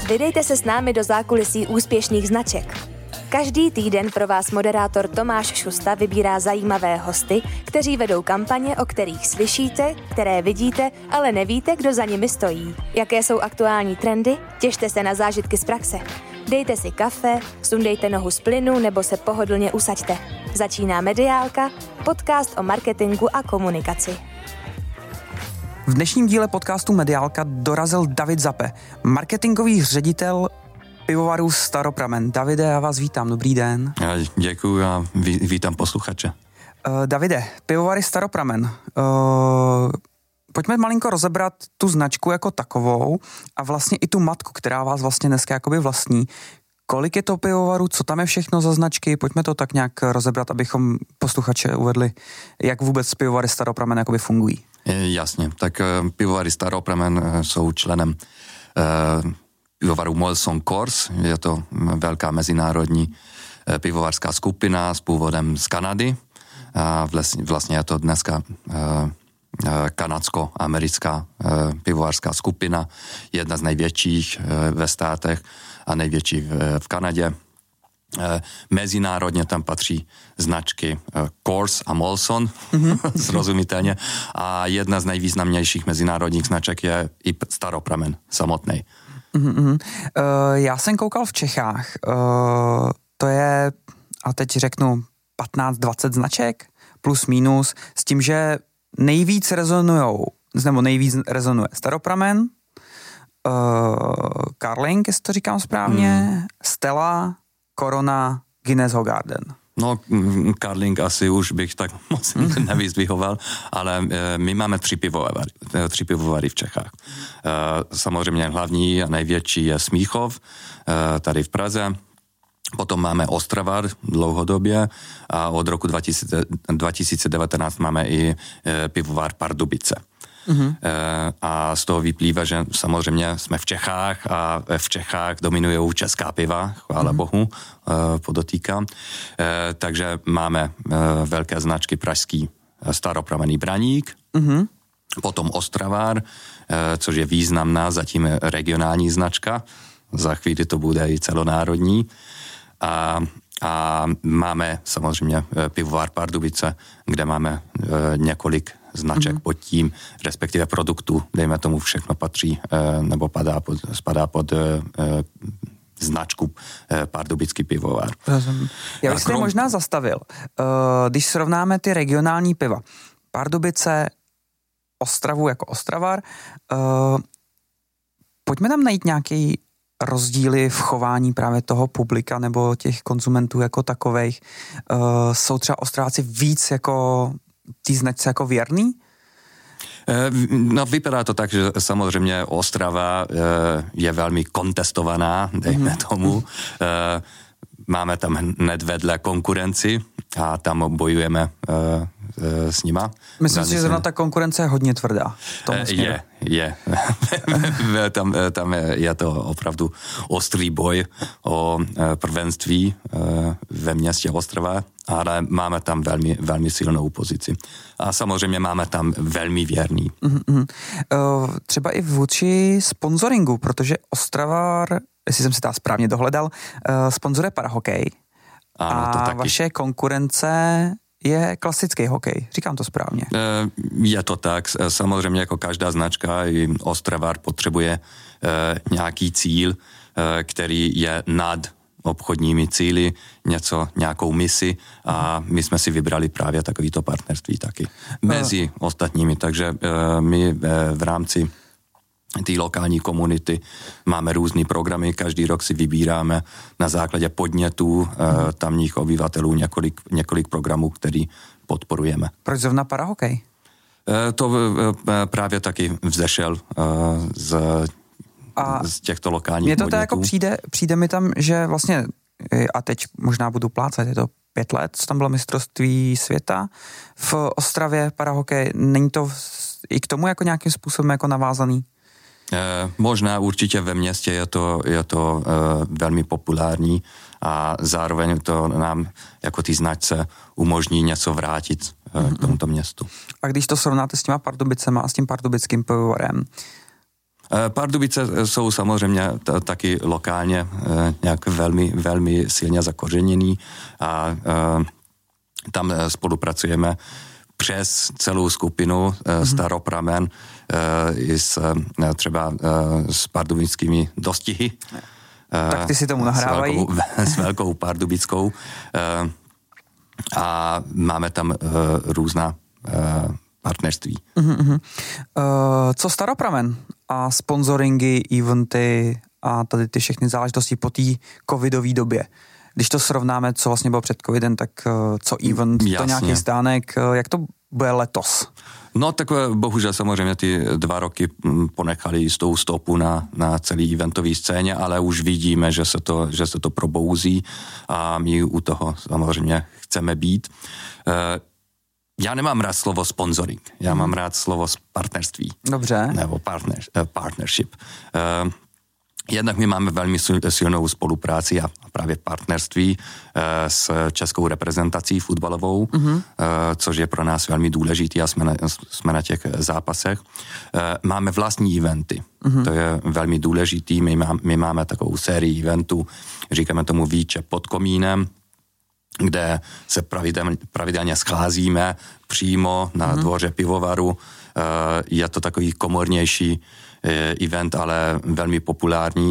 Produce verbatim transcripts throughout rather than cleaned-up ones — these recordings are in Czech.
Vydejte se s námi do zákulisí úspěšných značek. Každý týden pro vás moderátor Tomáš Šusta vybírá zajímavé hosty, kteří vedou kampaně, o kterých slyšíte, které vidíte, ale nevíte, kdo za nimi stojí. Jaké jsou aktuální trendy? Těšte se na zážitky z praxe. Dejte si kafe, sundejte nohu z plynu nebo se pohodlně usaďte. Začíná Mediálka, podcast o marketingu a komunikaci. V dnešním díle podcastu Mediálka dorazil David Zape, marketingový ředitel pivovaru Staropramen. Davide, já vás vítám, dobrý den. Já děkuju a ví, vítám posluchače. Uh, Davide, pivovary Staropramen. Uh, pojďme malinko rozebrat tu značku jako takovou a vlastně i tu matku, která vás vlastně dneska jakoby vlastní. Kolik je to pivovarů, co tam je všechno za značky? Pojďme to tak nějak rozebrat, abychom posluchače uvedli, jak vůbec pivovary Staropramen jakoby fungují. Jasně, tak pivovary Staropramen jsou členem uh, pivovaru Molson Coors. Je to velká mezinárodní pivovarská skupina s původem z Kanady. A vlastně, vlastně je to dneska uh, kanadsko-americká uh, pivovarská skupina. Jedna z největších uh, ve státech a největší v, v Kanadě. Uh, mezinárodně tam patří značky uh, Coors a Molson, mm-hmm. srozumitelně. A jedna z nejvýznamnějších mezinárodních značek je i Staropramen samotný. Mm-hmm. Uh, já jsem koukal v Čechách, uh, to je, a teď řeknu, patnáct dvacet značek, plus minus, s tím, že nejvíc rezonujou, nebo nejvíc rezonuje Staropramen, uh, Carling, jestli to říkám správně, mm. Stella, Corona, Guinness Hoegaarden. No, Carling asi už bych tak moc nevyzdvihoval, ale my máme tři pivovary, tři pivovary v Čechách. Samozřejmě hlavní a největší je Smíchov, tady v Praze. Potom máme Ostravar dlouhodobě a od roku dva tisíce devatenáct máme i pivovar Pardubice. Mm-hmm. A z toho vyplývá, že samozřejmě jsme v Čechách a v Čechách dominují česká piva, chvála mm-hmm. bohu, podotýkám. Takže máme velké značky pražský Staropramenný Braník, mm-hmm. potom Ostravar, což je významná zatím regionální značka, za chvíli to bude i celonárodní. A A máme samozřejmě pivovar Pardubice, kde máme několik značek mm-hmm. pod tím, respektive produktů, dejme tomu všechno patří, nebo padá pod, spadá pod značku Pardubický pivovar. Rozumím. Já bych se krom... možná zastavil. Když srovnáme ty regionální piva, Pardubice, Ostravu jako Ostravar, pojďme tam najít nějaký rozdíly v chování právě toho publika nebo těch konzumentů jako takovejch. Uh, jsou třeba Ostraváci víc jako tý značce jako věrný? No, vypadá to tak, že samozřejmě Ostrava je velmi kontestovaná, dejme mm. tomu. Máme tam hned vedle konkurenci a tam bojujeme s nima. Myslím si, že zrovna ta konkurence je hodně tvrdá. Je, je. tam, tam je to opravdu ostrý boj o prvenství ve městě Ostrava, ale máme tam velmi, velmi silnou pozici. A samozřejmě máme tam velmi věrný. Mm-hmm. Třeba i vůči sponsoringu, protože Ostravar, jestli jsem si to správně dohledal, sponzoruje parahokej. Ano, a to taky. Vaše konkurence je klasický hokej. Říkám to správně. Je to tak. Samozřejmě jako každá značka, i Ostravar potřebuje nějaký cíl, který je nad obchodními cíli, něco, nějakou misi a my jsme si vybrali právě takovýto partnerství taky. Mezi no. ostatními, takže my v rámci té lokální komunity máme různý programy, každý rok si vybíráme na základě podnětů hmm. tamních obyvatelů několik, několik programů, který podporujeme. Proč zrovna parahokej? To právě taky vzešel z, a z těchto lokálních podnětů. Mně to tak jako přijde, přijde mi tam, že vlastně, a teď možná budu plácat, je to pět let, co tam bylo mistrovství světa v Ostravě parahokej, není to i k tomu jako nějakým způsobem jako navázaný? Eh, možná určitě ve městě je to, je to eh, velmi populární a zároveň to nám jako ty značce umožní něco vrátit eh, mm-hmm. k tomuto městu. A když to srovnáte s těma Pardubicema a s tím pardubickým pivovarem, Pardubice jsou samozřejmě t- taky lokálně nějak velmi, velmi silně zakořeněný a tam spolupracujeme přes celou skupinu mm-hmm. Staropramen i s, třeba s pardubickými dostihy. Tak ty si tomu nahrávají. S velkou, s velkou pardubickou. A máme tam různá partnerství. Mm-hmm. Uh, co Staropramen a sponsoringy, eventy a tady ty všechny záležitosti po té covidové době? Když to srovnáme, co vlastně bylo před covidem, tak uh, co event, Jasně. to nějaký stánek, uh, jak to bude letos? No tak bohužel samozřejmě ty dva roky ponechali jistou stopu na, na celý eventové scéně, ale už vidíme, že se to, že se to probouzí a my u toho samozřejmě chceme být. Uh, Já nemám rád slovo sponsoring, já mám rád slovo partnerství. Dobře. Nebo partner, partnership. Uh, jednak my máme velmi silnou spolupráci a právě partnerství uh, s českou reprezentací fotbalovou, uh-huh. uh, což je pro nás velmi důležitý a jsme na, jsme na těch zápasech. Uh, máme vlastní eventy, uh-huh. to je velmi důležitý, my, má, my máme takovou sérii eventů, říkáme tomu Víče pod komínem, kde se pravidelně, pravidelně scházíme přímo na mm. dvoře pivovaru. Je to takový komornější event, ale velmi populární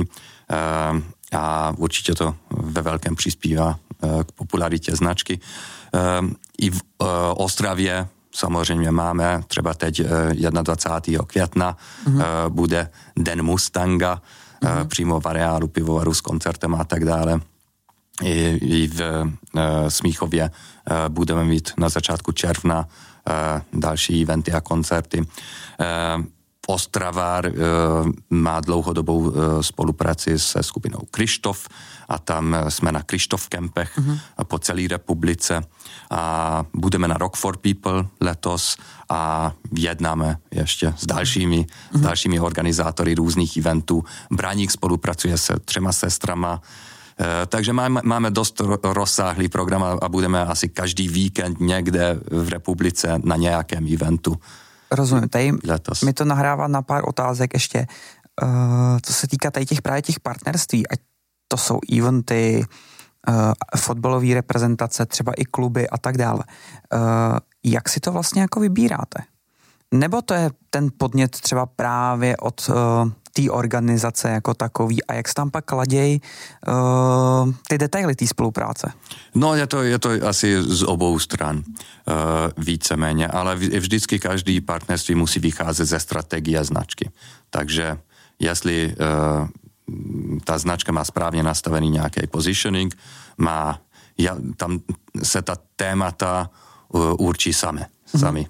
a určitě to ve velkém přispívá k popularitě značky. I v Ostravě samozřejmě máme, třeba teď dvacátého prvního května mm. bude Den Mustanga, mm. přímo v areálu pivovaru s koncertem a tak dále. I, i v uh, Smíchově uh, budeme mít na začátku června uh, další eventy a koncerty. Uh, Ostravár uh, má dlouhodobou uh, spolupráci se skupinou Krištof a tam jsme na Krištof kempech uh-huh. po celé republice a budeme na Rock for People letos a jednáme ještě s dalšími, uh-huh. s dalšími organizátory různých eventů. Braník spolupracuje se třema sestrama. Uh, takže máme, máme dost rozsáhlý program a, a budeme asi každý víkend někde v republice na nějakém eventu. Rozumím, tady letos. Mi to nahrává na pár otázek ještě, uh, co se týká tady těch právě těch partnerství, ať to jsou eventy, uh, fotbalové reprezentace, třeba i kluby a tak dále. Uh, jak si to vlastně jako vybíráte? Nebo to je ten podnět třeba právě od uh, té organizace jako takový a jak se tam pak ladějí uh, ty detaily té spolupráce? No je to, je to asi z obou stran uh, víceméně, ale vždycky každý partnerství musí vycházet ze strategie značky. Takže jestli uh, ta značka má správně nastavený nějaký positioning, má, ja, tam se ta témata uh, určí sami. Mm-hmm. sami.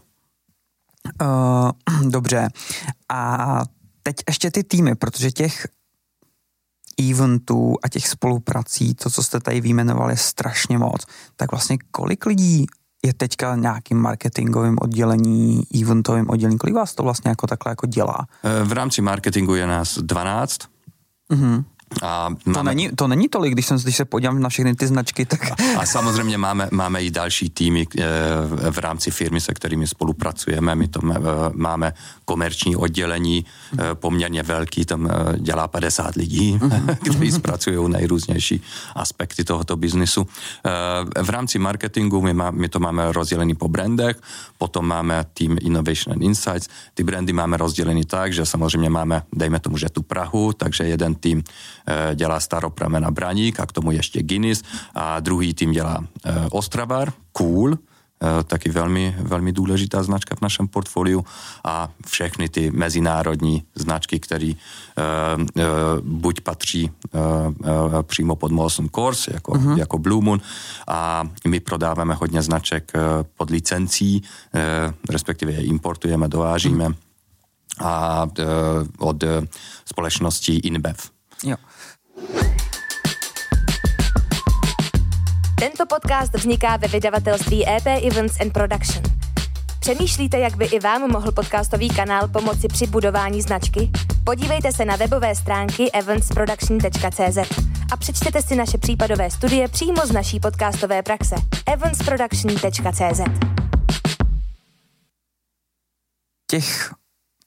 Uh, dobře. A teď ještě ty týmy, protože těch eventů a těch spoluprací, to, co jste tady vyjmenovali, je strašně moc. Tak vlastně kolik lidí je teďka nějakým marketingovým oddělení, eventovým oddělení? Kolik vás to vlastně jako takhle jako dělá? V rámci marketingu je nás dvanáct. Mhm. A máme... to, není, to není tolik, když, jsem, když se podívám na všechny ty značky. Tak... A, a samozřejmě máme, máme i další týmy e, v rámci firmy, se kterými spolupracujeme. My to e, máme komerční oddělení, e, poměrně velký, tam e, dělá padesát lidí, mm-hmm. kteří zpracují nejrůznější aspekty tohoto biznisu. E, v rámci marketingu my, má, my to máme rozdělený po brandech, potom máme tým Innovation and Insights. Ty brandy máme rozdělený tak, že samozřejmě máme, dejme tomu, že tu Prahu, takže jeden tým dělá Staropramen a Braník a k tomu ještě Guinness a druhý tým dělá e, Ostravar, Cool, e, taky velmi, velmi důležitá značka v našem portfoliu a všechny ty mezinárodní značky, které e, e, buď patří e, e, přímo pod Molson Coors, jako, uh-huh. jako Blue Moon a my prodáváme hodně značek e, pod licencí, e, respektive je importujeme, dovážíme uh-huh. a e, od e, společnosti InBev. Jo. Tento podcast vzniká ve vydavatelství E P Events and Production. Přemýšlíte, jak by i vám mohl podcastový kanál pomoci při budování značky? Podívejte se na webové stránky events production tečka cé zet a přečtěte si naše případové studie přímo z naší podcastové praxe. events production tečka cé zet. Těch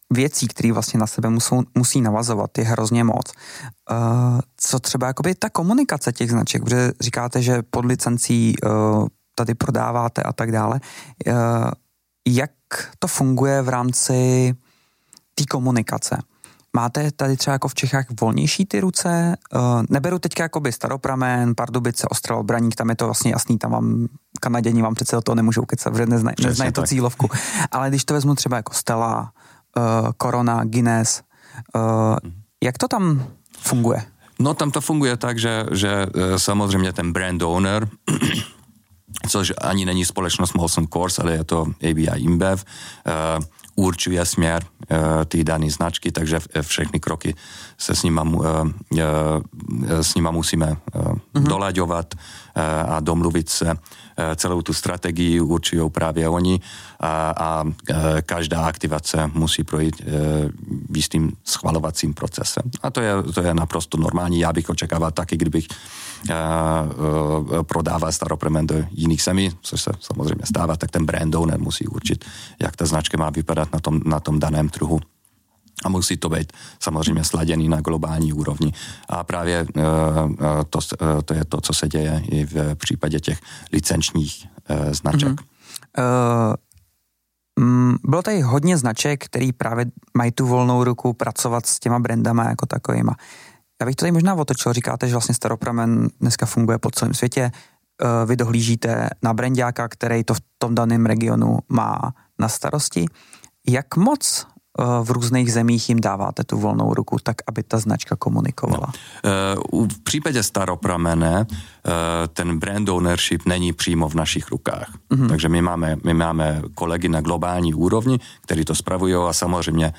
věcí, které vlastně na sebe musou, musí navazovat, je hrozně moc. Uh, co třeba jakoby ta komunikace těch značek, protože říkáte, že pod licencí uh, tady prodáváte a tak dále. Uh, jak to funguje v rámci té komunikace? Máte tady třeba jako v Čechách volnější ty ruce? Uh, neberu teďka jakoby Staropramen, Pardubice, Ostrava, Braník, tam je to vlastně jasný, tam vám Kanaděni vám přece o to nemůžou kecat, protože neznají neznaj tu cílovku. Ale když to vezmu třeba jako Stella, uh, Corona, Guinness, uh, jak to tam funguje? No tam to funguje tak, že, že samozřejmě ten brand owner, což ani není společnost Molson Coors, ale je to A B I InBev, uh, určuje směr uh, té dané značky, takže všechny kroky se s nima, uh, uh, s nima musíme uh, mm-hmm. dolaďovat uh, a domluvit se. Uh, celou tu strategii určují právě oni a, a uh, každá aktivace musí projít uh, jistým schvalovacím procesem. A to je, to je naprosto normální. Já bych očekával taky, kdybych uh, uh, prodával Staropramen do jiných zemí, což se samozřejmě stává, tak ten brand owner musí určit, jak ta značka má vypadat na tom, na tom daném trhu. A musí to být samozřejmě sladěný na globální úrovni. A právě uh, to, uh, to je to, co se děje i v případě těch licenčních uh, značek. Mm-hmm. Uh, bylo tady hodně značek, který právě mají tu volnou ruku pracovat s těma brandama jako takovýma. Já bych to tady možná otočil. Říkáte, že vlastně Staropramen dneska funguje po celém světě. Uh, vy dohlížíte na brandáka, který to v tom daném regionu má na starosti. Jak moc v různých zemích jim dáváte tu volnou ruku, tak aby ta značka komunikovala? No. V případě Staropramene ten brand ownership není přímo v našich rukách. Mm-hmm. Takže my máme, my máme kolegy na globální úrovni, kteří to spravují a samozřejmě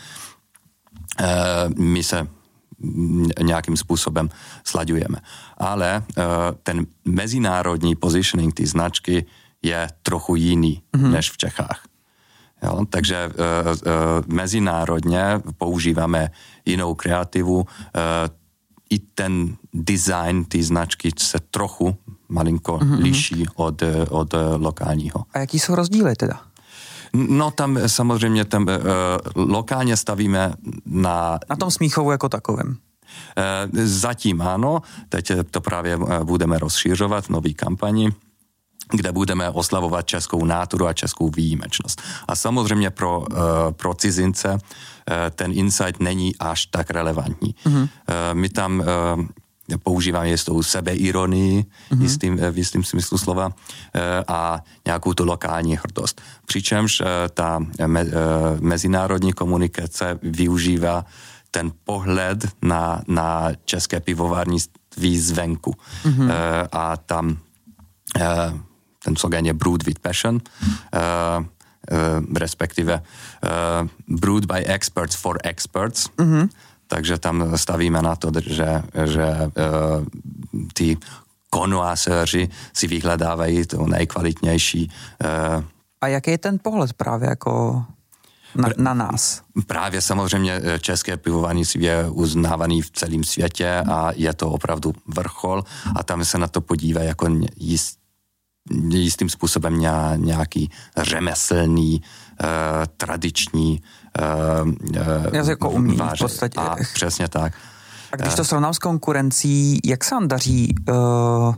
my se nějakým způsobem slaďujeme. Ale ten mezinárodní positioning té značky je trochu jiný mm-hmm. než v Čechách. Jo, takže uh, uh, mezinárodně používáme jinou kreativu. Uh, I ten design té značky se trochu malinko mm-hmm. liší od, od lokálního. A jaký jsou rozdíly teda? No tam samozřejmě tam, uh, lokálně stavíme na... Na tom Smíchovu jako takovém. Uh, zatím ano, teď to právě budeme rozšířovat v nový kampani, kde budeme oslavovat českou náturu a českou výjimečnost. A samozřejmě pro, uh, pro cizince uh, ten insight není až tak relevantní. Mm-hmm. Uh, my tam uh, používáme jistou sebeironii mm-hmm. jistým, v jistým smyslu slova uh, a nějakou tu lokální hrdost. Přičemž uh, ta me, uh, mezinárodní komunikace využívá ten pohled na, na české pivovárnictví zvenku. Mm-hmm. Uh, a tam uh, ten slogan je Brewed with Passion, uh, uh, respektive uh, Brewed by Experts for Experts. Mm-hmm. Takže tam stavíme na to, že, že uh, ty konoáseři si vyhledávají to nejkvalitnější. Uh, A jaký je ten pohled právě jako na, na nás? Právě samozřejmě české pivovarnictví je uznávaný v celém světě a je to opravdu vrchol a tam se na to podívá jako jist, jistým způsobem nějaký řemeslný, uh, tradiční uh, jako umí v podstatě. A přesně tak. A když to srovnám s konkurencí, jak se vám daří uh,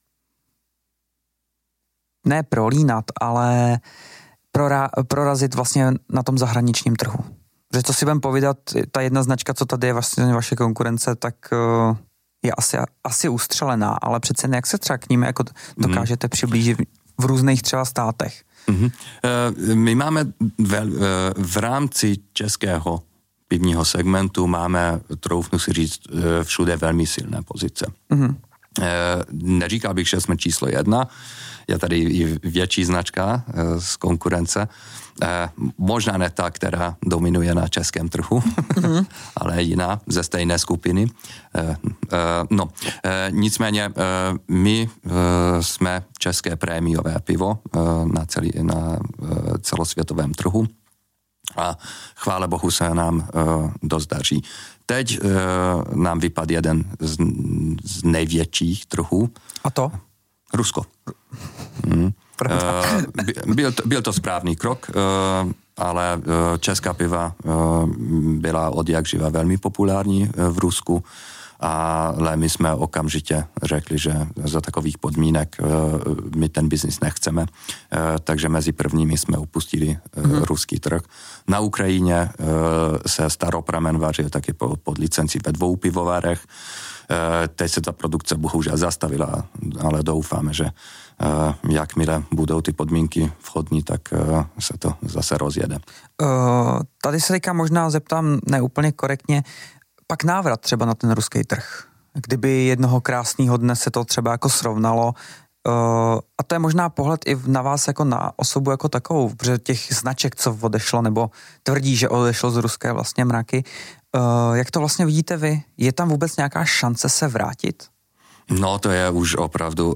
ne prolínat, ale prora, prorazit vlastně na tom zahraničním trhu? Protože to si budeme povídat, ta jedna značka, co tady je vlastně vaše konkurence, tak uh, je asi, asi ustřelená, ale přece jak se třeba k ním jako dokážete mm. přiblížit v různých třeba státech? Mm-hmm. My máme v, v rámci českého pivního segmentu máme, troufnu si říct, všude velmi silné pozice. Mm-hmm. Neříkal bych, že jsme číslo jedna, je tady i větší značka z konkurence, možná ne ta, která dominuje na českém trhu, mm-hmm. ale jiná ze stejné skupiny. No, nicméně my jsme české prémiové pivo na, celý, na celosvětovém trhu a chvála Bohu se nám dost daří. Teď nám vypadl jeden z, z největších trhů. A to? Rusko. Hmm. byl, to, byl to správný krok, ale česká piva byla od jak živa velmi populární v Rusku, ale my jsme okamžitě řekli, že za takových podmínek my ten biznis nechceme, takže mezi prvními jsme upustili mm-hmm. ruský trh. Na Ukrajině se Staropramen vařil taky pod licenci ve dvou pivovarech. Teď se ta produkce bohužel zastavila, ale doufáme, že jakmile budou ty podmínky vhodní, tak se to zase rozjede. Uh, tady se teďka možná zeptám neúplně korektně, pak návrat třeba na ten ruský trh. Kdyby jednoho krásného dne se to třeba jako srovnalo, uh, a to je možná pohled i na vás jako na osobu jako takovou, protože těch značek, co odešlo, nebo tvrdí, že odešlo z ruské vlastně mraky, uh, jak to vlastně vidíte vy? Je tam vůbec nějaká šance se vrátit? No, to je už opravdu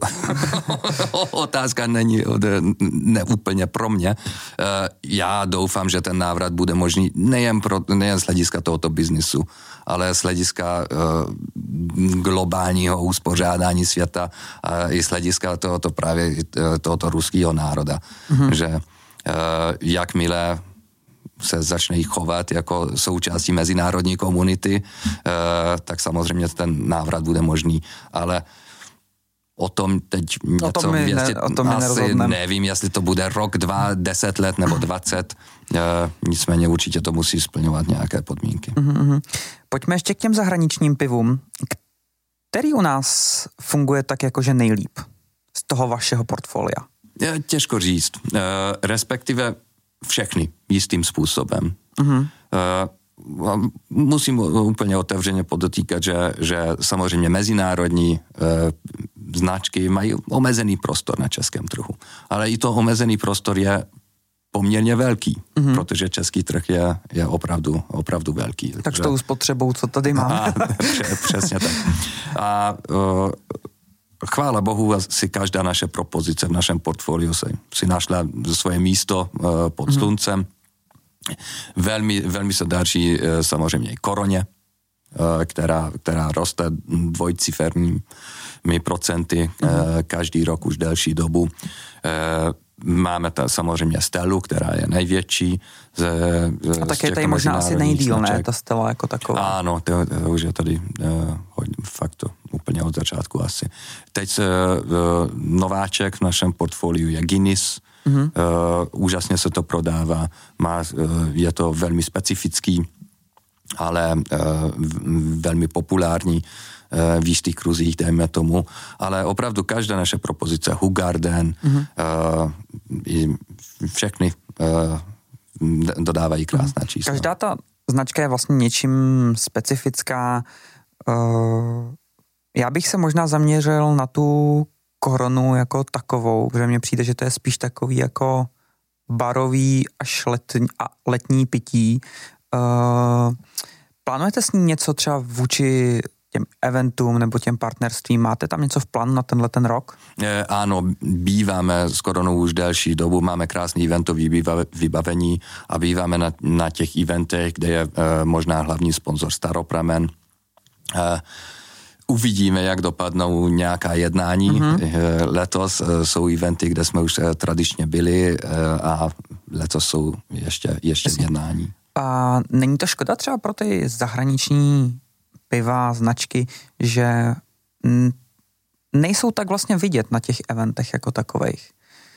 otázka není ne úplně pro mě. Já doufám, že ten návrat bude možný nejen, pro, nejen z hlediska tohoto biznisu, ale z hlediska globálního uspořádání světa a i z hlediska tohoto právě tohoto ruského národa. Mm-hmm. Že jakmile se začne jich chovat jako součástí mezinárodní komunity, tak samozřejmě ten návrat bude možný. Ale o tom teď něco o tom my věstě, ne, o tom asi nevím, jestli to bude rok, dva, deset let nebo dvacet. Nicméně určitě to musí splňovat nějaké podmínky. Mm-hmm. Pojďme ještě k těm zahraničním pivům. Který u nás funguje tak jakože nejlíp z toho vašeho portfolia? Těžko říct. Respektive všechny jistým způsobem. Uh-huh. Uh, musím úplně otevřeně podotýkat, že, že samozřejmě mezinárodní uh, značky mají omezený prostor na českém trhu. Ale i to omezený prostor je poměrně velký, uh-huh. protože český trh je, je opravdu, opravdu velký. Tak takže... s tou spotřebou, co tady máme. Přesně tak. A uh, chvála Bohu, si každá naše propozice v našem portfoliu si, si našla svoje místo uh, pod mm. sluncem. Velmi, velmi se daří uh, samozřejmě i Koroně, uh, která, která roste dvojciferními procenty mm. uh, každý rok už delší dobu. Uh, Máme ta, samozřejmě Stelu, která je největší. Z, a také tady možná asi nejdýl, ne? Ta Stella jako taková. Ano, to, to už je tady uh, fakt to úplně od začátku asi. Teď se, uh, nováček v našem portfoliu je Guinness. Mm-hmm. Uh, úžasně se to prodává. Má, uh, je to velmi specifický, ale uh, velmi populární v jistých kruzích, dejme tomu, ale opravdu každá naše propozice, Hugarden, mm-hmm. uh, i všechny uh, dodávají krásná mm-hmm. čísla. Každá ta značka je vlastně něčím specifická. Uh, já bych se možná zaměřil na tu Koronu jako takovou, protože mně přijde, že to je spíš takový jako barový až letní, a letní pití. Uh, plánujete s ní něco třeba vůči těm eventům nebo těm partnerstvím? Máte tam něco v plánu na tenhle ten rok? E, ano, býváme s Koronou už delší dobu, máme krásný eventový vybavení a býváme na, na těch eventech, kde je e, možná hlavní sponzor Staropramen. E, uvidíme, jak dopadnou nějaká jednání. Mm-hmm. E, letos e, jsou eventy, kde jsme už e, tradičně byli e, a letos jsou ještě, ještě jednání. A není to škoda třeba pro ty zahraniční piva, značky, že nejsou tak vlastně vidět na těch eventech jako takovejch?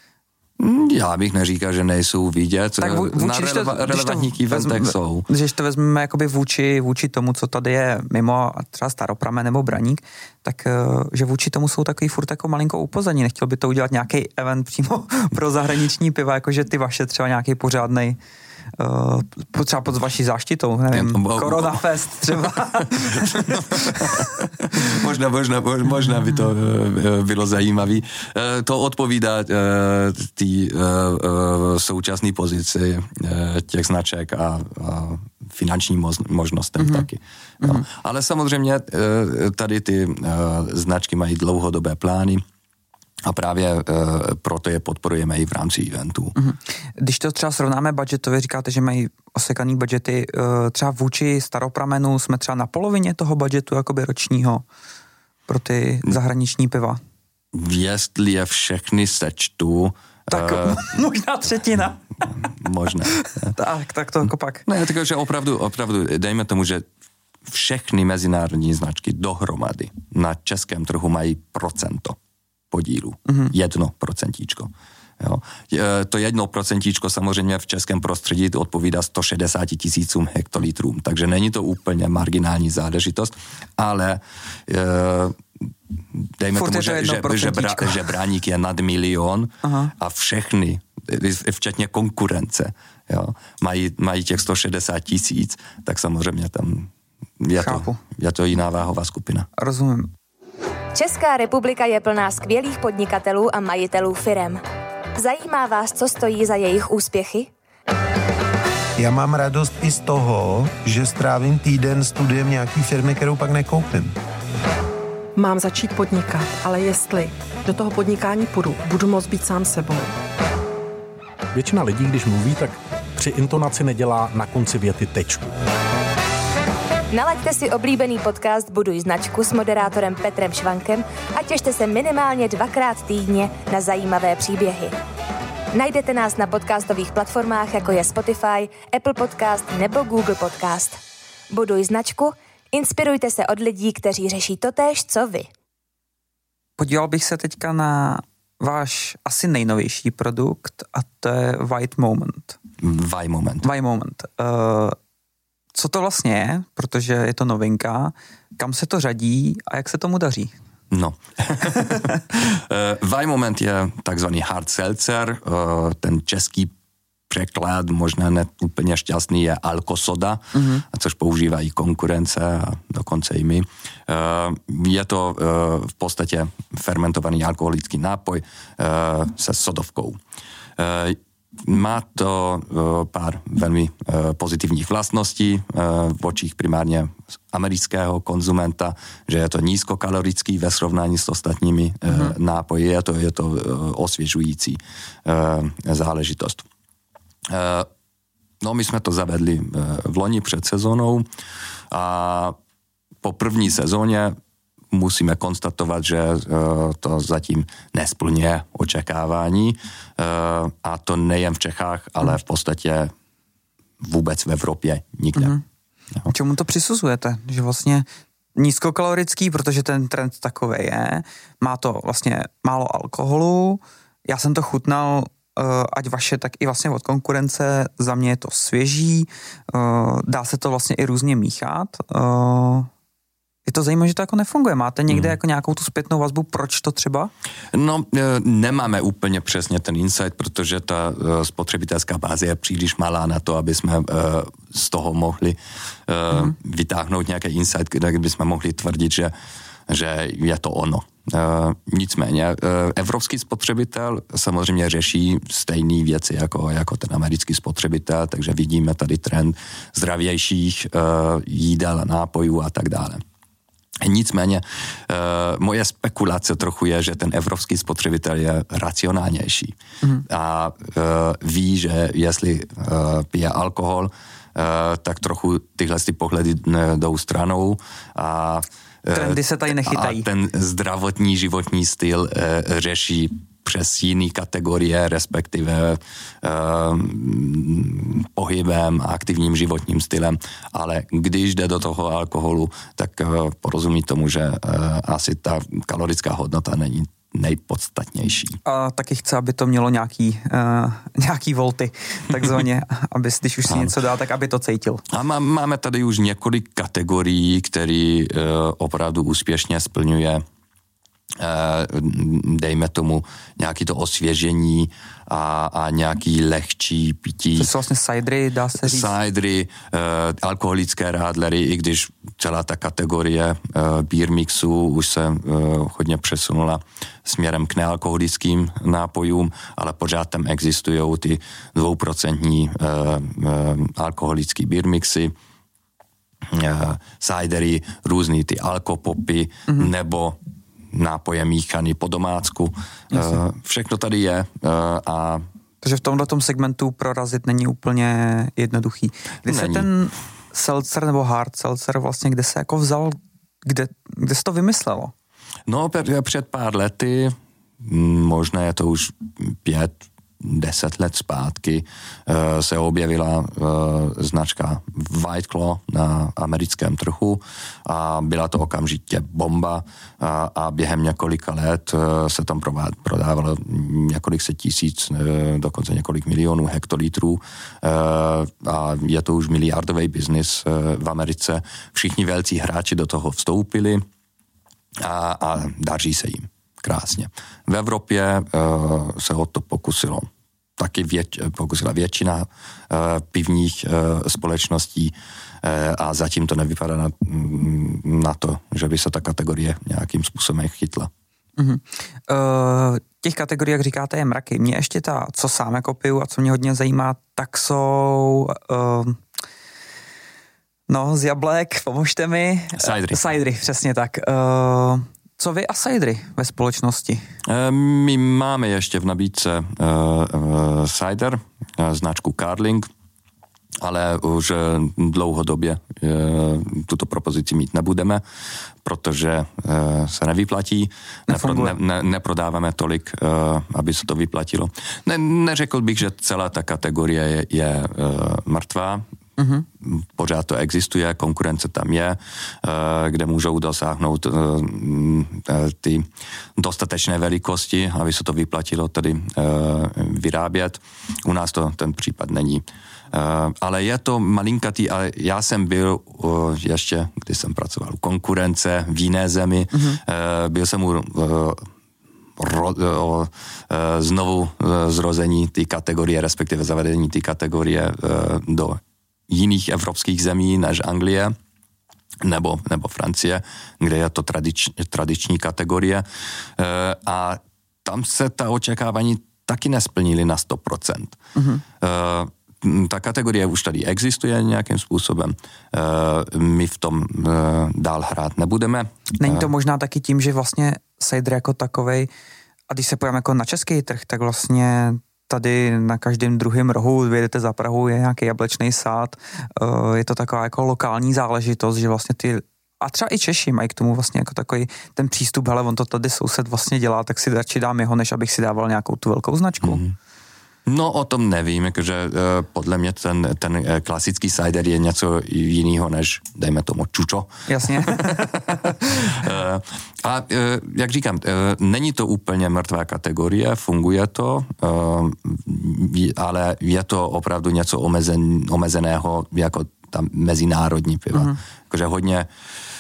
Já bych neříkal, že nejsou vidět. Tak vůči, na releva, to, relevantních eventech vezm, jsou. Když to vezmeme jakoby vůči, vůči tomu, co tady je mimo třeba Staropramen nebo Braník, tak že vůči tomu jsou takový furt jako malinko upozornění. Nechtěl by to udělat nějaký event přímo pro zahraniční piva, jakože ty vaše třeba nějaký pořádnej Uh, třeba pod vaší záštitou, nevím, Corona Fest třeba. možná, možná, možná by to uh, bylo zajímavé. Uh, to odpovídá uh, té uh, uh, současné pozici uh, těch značek a uh, finanční moz- možnostem mm-hmm. taky. No. Mm-hmm. Ale samozřejmě uh, tady ty uh, značky mají dlouhodobé plány, a právě e, proto je podporujeme i v rámci eventů. Když to třeba srovnáme budgetově, říkáte, že mají osekaný budžety, e, třeba vůči Staropramenu jsme třeba na polovině toho budžetu jakoby ročního pro ty zahraniční piva. Jestli je všechny sečtu, Tak uh, možná třetina. Možná. tak, tak to jako pak. Ne, takže opravdu, opravdu, dejme tomu, že všechny mezinárodní značky dohromady na českém trhu mají procento podílu. Mm-hmm. Jedno procentíčko. Jo. To jedno procentíčko samozřejmě v českém prostředí odpovídá sto šedesát tisícům hektolitrům, takže není to úplně marginální záležitost, ale e, dejme Furt tomu, že, že, že, bra, že bráník je nad milion. Aha. A všechny, včetně konkurence, jo, mají, mají těch sto šedesát tisíc, tak samozřejmě tam je to, je to jiná váhová skupina. Rozumím. Česká republika je plná skvělých podnikatelů a majitelů firem. Zajímá vás, co stojí za jejich úspěchy? Já mám radost i z toho, že strávím týden studiem nějaký firmy, kterou pak nekoupím. Mám začít podnikat, ale jestli do toho podnikání půjdu, budu moct být sám sebou. Většina lidí, když mluví, tak při intonaci nedělá na konci věty tečku. Nalaďte si oblíbený podcast Buduj značku s moderátorem Petrem Švankem a těšte se minimálně dvakrát týdně na zajímavé příběhy. Najdete nás na podcastových platformách, jako je Spotify, Apple Podcast nebo Google Podcast. Buduj značku, inspirujte se od lidí, kteří řeší totéž, co vy. Podíval bych se teďka na váš asi nejnovější produkt a to je White Moment. White Moment. White Moment. Uh, Co to vlastně je, protože je to novinka, kam se to řadí a jak se tomu daří? No. White Moment je takzvaný hard seltzer, ten český překlad, možná ne úplně šťastný, je alkosoda, mm-hmm. což používají konkurence a dokonce i my. Je to v podstatě fermentovaný alkoholický nápoj se sodovkou. Má to uh, pár velmi uh, pozitivních vlastností uh, v očích primárně amerického konzumenta, že je to nízkokalorický ve srovnání s ostatními uh, mm-hmm. nápoji, je to, je to uh, osvěžující uh, záležitost. Uh, no, my jsme to zavedli uh, v loni před sezónou a po první sezóně musíme konstatovat, že uh, to zatím nesplňuje očekávání uh, a to nejen v Čechách, ale v podstatě vůbec v Evropě nikde. Mm-hmm. Čemu to přisuzujete? Že vlastně nízkokalorický, protože ten trend takový je, má to vlastně málo alkoholu, já jsem to chutnal, uh, ať vaše, tak i vlastně od konkurence, za mě je to svěží, uh, dá se to vlastně i různě míchat. Uh, Je to zajímavé, že to jako nefunguje. Máte někde hmm. jako nějakou tu zpětnou vazbu, proč to třeba? No, nemáme úplně přesně ten insight, protože ta spotřebitelská báze je příliš malá na to, aby jsme z toho mohli hmm. vytáhnout nějaký insight, kde bychom mohli tvrdit, že, že je to ono. Nicméně, evropský spotřebitel samozřejmě řeší stejné věci jako, jako ten americký spotřebitel, takže vidíme tady trend zdravějších jídel, nápojů a tak dále. Nicméně uh, moje spekulace trochu je, že ten evropský spotřebitel je racionálnější mm. a uh, ví, že jestli uh, pije alkohol, uh, tak trochu tyhle ty pohledy jdou stranou a uh, trendy se tady nechytají. A ten zdravotní životní styl uh, řeší přes jiný kategorie, respektive uh, pohybem a aktivním životním stylem, ale když jde do toho alkoholu, tak uh, porozumí tomu, že uh, asi ta kalorická hodnota není nejpodstatnější. A taky chce, aby to mělo nějaký, uh, nějaký volty, takzvaně, aby když už si něco dá, tak aby to cítil. A má, máme tady už několik kategorií, které uh, opravdu úspěšně splňuje dejme tomu nějaký to osvěžení a, a nějaký lehčí pití. To jsou vlastně cidery, dá se říct. Cidery, uh, alkoholické rádlery, i když celá ta kategorie uh, beer mixu už se uh, hodně přesunula směrem k nealkoholickým nápojům, ale pořád tam existují ty dvouprocentní uh, uh, alkoholický beer mixy, uh, cidery, různý ty alkopopy, mm-hmm. nebo nápoje míchaný po domácku. Jasně. Všechno tady je a... Takže v tomhletom segmentu prorazit není úplně jednoduchý. Kdy není. Se ten seltzer nebo hard seltzer vlastně, kde se jako vzal, kde, kde se to vymyslelo? No, před pár lety, možná je to už pět, deset let zpátky se objevila značka White Claw na americkém trhu a byla to okamžitě bomba a, a během několika let se tam prodávalo několik set tisíc, dokonce několik milionů hektolitrů a je to už miliardový biznis v Americe. Všichni velcí hráči do toho vstoupili a, a daří se jim krásně. V Evropě uh, se o to pokusilo taky věč, pokusila většina uh, pivních uh, společností uh, a zatím to nevypadá na, na to, že by se ta kategorie nějakým způsobem chytla. Uh-huh. Uh, těch kategorií, jak říkáte, je mraky. Mě ještě ta, co sám jako piju a co mě hodně zajímá, tak jsou uh, no z jablek, pomožte mi. Cidery. Cidery, přesně tak. Uh, Co vy a cidery ve společnosti? My máme ještě v nabídce uh, cider, značku Carling, ale už dlouhodobě uh, tuto propozici mít nebudeme, protože uh, se nevyplatí, Nepro, ne, ne, neprodáváme tolik, uh, aby se to vyplatilo. Ne, neřekl bych, že celá ta kategorie je, je uh, mrtvá. Uh-huh. Pořád to existuje, konkurence tam je, kde můžou dosáhnout ty dostatečné velikosti, aby se to vyplatilo tedy vyrábět. U nás to ten případ není. Ale je to malinkatý, ale já jsem byl ještě, když jsem pracoval u konkurence v jiné zemi, uh-huh. byl jsem u Ro, o, znovu zrození té kategorie, respektive zavedení té kategorie do jiných evropských zemí než Anglie nebo, nebo Francie, kde je to tradič, tradiční kategorie. E, a tam se ta očekávání taky nesplnily na sto procent. Mm-hmm. E, ta kategorie už tady existuje nějakým způsobem. E, my v tom e, dál hrát nebudeme. Není to možná taky tím, že vlastně cider jako takovej, a když se pojďme jako na český trh, tak vlastně tady na každém druhém rohu, vyjedete za Prahu, je nějaký jablečný sád, je to taková jako lokální záležitost, že vlastně ty, a třeba i Češi mají k tomu vlastně jako takový ten přístup, hele, on to tady soused vlastně dělá, tak si radši dám jeho, než abych si dával nějakou tu velkou značku. Mm-hmm. No o tom nevím, jakože uh, podle mě ten, ten uh, klasický cider je něco jiného než, dejme tomu, čučo. Jasně. uh, a uh, jak říkám, uh, není to úplně mrtvá kategorie, funguje to, uh, ale je to opravdu něco omezen, omezeného jako tam mezinárodní piva. Uh-huh. Jakože hodně,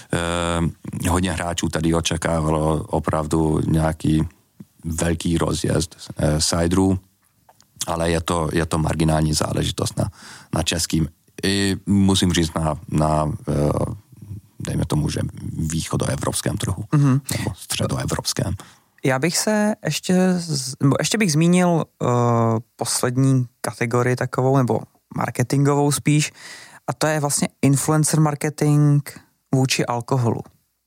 uh, hodně hráčů tady očekávalo opravdu nějaký velký rozjezd uh, ciderů, ale je to, je to marginální záležitost na, na českým. I musím říct na, na dejme tomu, že východoevropském trhu, mm-hmm. nebo středoevropském. Já bych se ještě, nebo ještě bych zmínil uh, poslední kategorii takovou, nebo marketingovou spíš, a to je vlastně influencer marketing vůči alkoholu.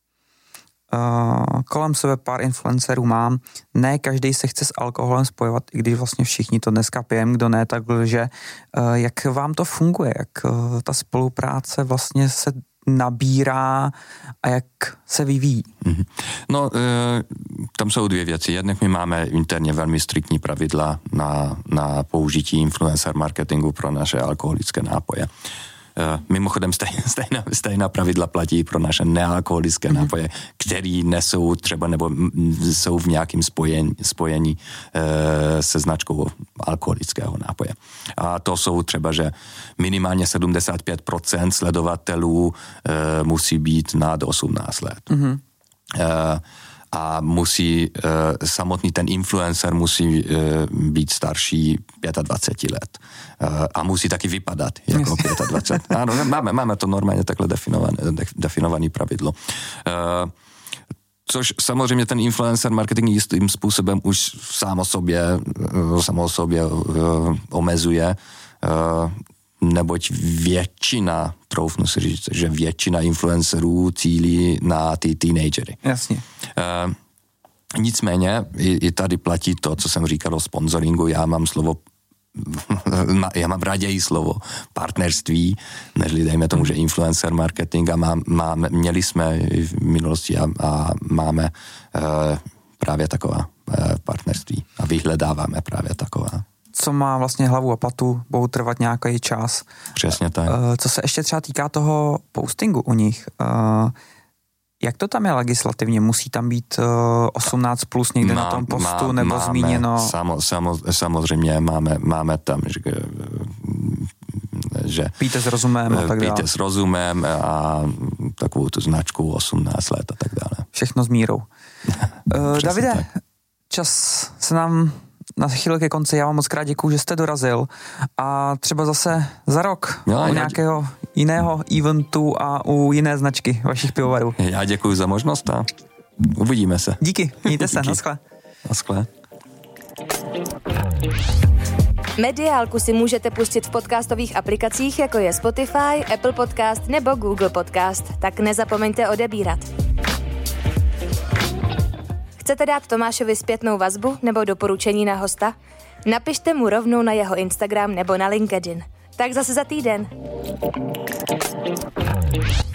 Uh, kolem sebe pár influencerů mám. Ne každý se chce s alkoholem spojovat, i když vlastně všichni to dneska pijeme, kdo ne, tak lže. Uh, jak vám to funguje? Jak uh, ta spolupráce vlastně se nabírá a jak se vyvíjí? Mm-hmm. No, e, tam jsou dvě věci. Jednak my máme interně velmi striktní pravidla na, na použití influencer marketingu pro naše alkoholické nápoje. Mimochodem stejná, stejna pravidla platí pro naše nealkoholické mm-hmm. nápoje, které nesou třeba nebo jsou v nějakém spojení, spojení e, se značkou alkoholického nápoje. A to jsou třeba, že minimálně sedmdesát pět procent sledovatelů e, musí být nad osmnáct let. Mm-hmm. E, a musí, e, samotný ten influencer musí e, být starší dvacet pět let. E, a musí taky vypadat jako dvacet pět. Ano, máme, máme to normálně takhle definované, definované pravidlo. E, což samozřejmě ten influencer marketing jistým způsobem už sám o sobě, sám o sobě e, omezuje, e, neboť většina, troufnu si říct, že většina influencerů cílí na ty teenagery. Jasně. Uh, nicméně i, i tady platí to, co jsem říkal o sponsoringu, já mám slovo, já mám raději slovo partnerství, než dejme tomu, že influencer marketing a má, má, měli jsme v minulosti a, a máme uh, právě taková uh, partnerství a vyhledáváme právě taková. co má vlastně hlavu a patu, budou trvat nějaký čas. Přesně tak. Co se ještě třeba týká toho postingu u nich, jak to tam je legislativně? Musí tam být osmnáct plus někde má, na tom postu, má, nebo máme, zmíněno? Samo, samo, samozřejmě máme, máme tam, že, že píte s rozumem a tak dále. Píte s rozumem a takovou tu značku osmnáct let a tak dále. Všechno s mírou. uh, Davide, tak. Čas se nám nachýlil ke konci. Já vám moc krát děkuju, že jste dorazil a třeba zase za rok jo, u já... nějakého jiného eventu a u jiné značky vašich pivovarů. Já děkuji za možnost a uvidíme se. Díky, mějte se, naschle. Naschle. Mediálku si můžete pustit v podcastových aplikacích, jako je Spotify, Apple Podcast nebo Google Podcast, tak nezapomeňte odebírat. Chcete dát Tomášovi zpětnou vazbu nebo doporučení na hosta? Napište mu rovnou na jeho Instagram nebo na LinkedIn. Tak zase za týden.